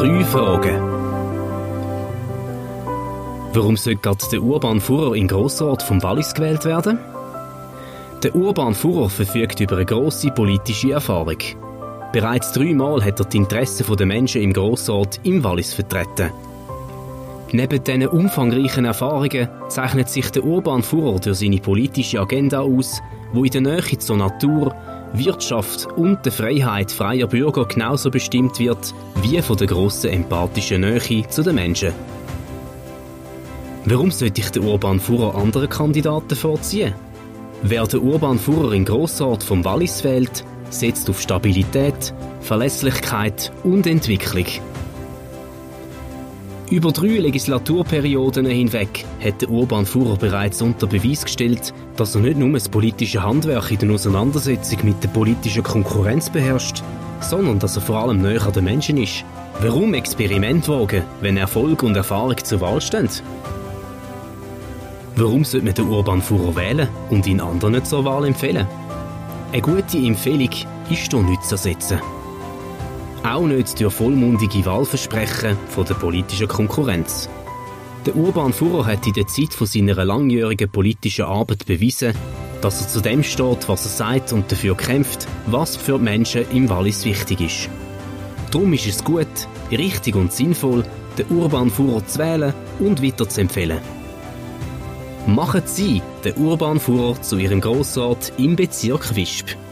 3 Fragen. Warum sollte gerade der Urban Furrer in Grossrat vom Wallis gewählt werden? Der Urban Furrer verfügt über eine grosse politische Erfahrung. Bereits 3 Mal hat er die Interessen der Menschen im Grossrat im Wallis vertreten. Neben diesen umfangreichen Erfahrungen zeichnet sich der Urban Furrer durch seine politische Agenda aus, die in der Nähe zur Natur, Wirtschaft und der Freiheit freier Bürger genauso bestimmt wird, wie von der grossen empathischen Nähe zu den Menschen. Warum sollte ich den Urban Furrer anderen Kandidaten vorziehen? Wer den Urban Furrer in Grossrat vom Wallis wählt, setzt auf Stabilität, Verlässlichkeit und Entwicklung. Über 3 Legislaturperioden hinweg hat der Urban Furrer bereits unter Beweis gestellt, dass er nicht nur das politische Handwerk in der Auseinandersetzung mit der politischen Konkurrenz beherrscht, sondern dass er vor allem näher an den Menschen ist. Warum Experiment wagen, wenn Erfolg und Erfahrung zur Wahl stehen? Warum sollte man den Urban Furrer wählen und ihn anderen zur Wahl empfehlen? Eine gute Empfehlung ist durch nichts zu ersetzen. Auch nicht durch vollmundige Wahlversprechen von der politischen Konkurrenz. Der Urban Furrer hat in der Zeit von seiner langjährigen politischen Arbeit bewiesen, dass er zu dem steht, was er sagt und dafür kämpft, was für die Menschen im Wallis wichtig ist. Darum ist es gut, richtig und sinnvoll, den Urban Furrer zu wählen und weiterzuempfehlen. Machen Sie den Urban Furrer zu Ihrem Grossrat im Bezirk Visp.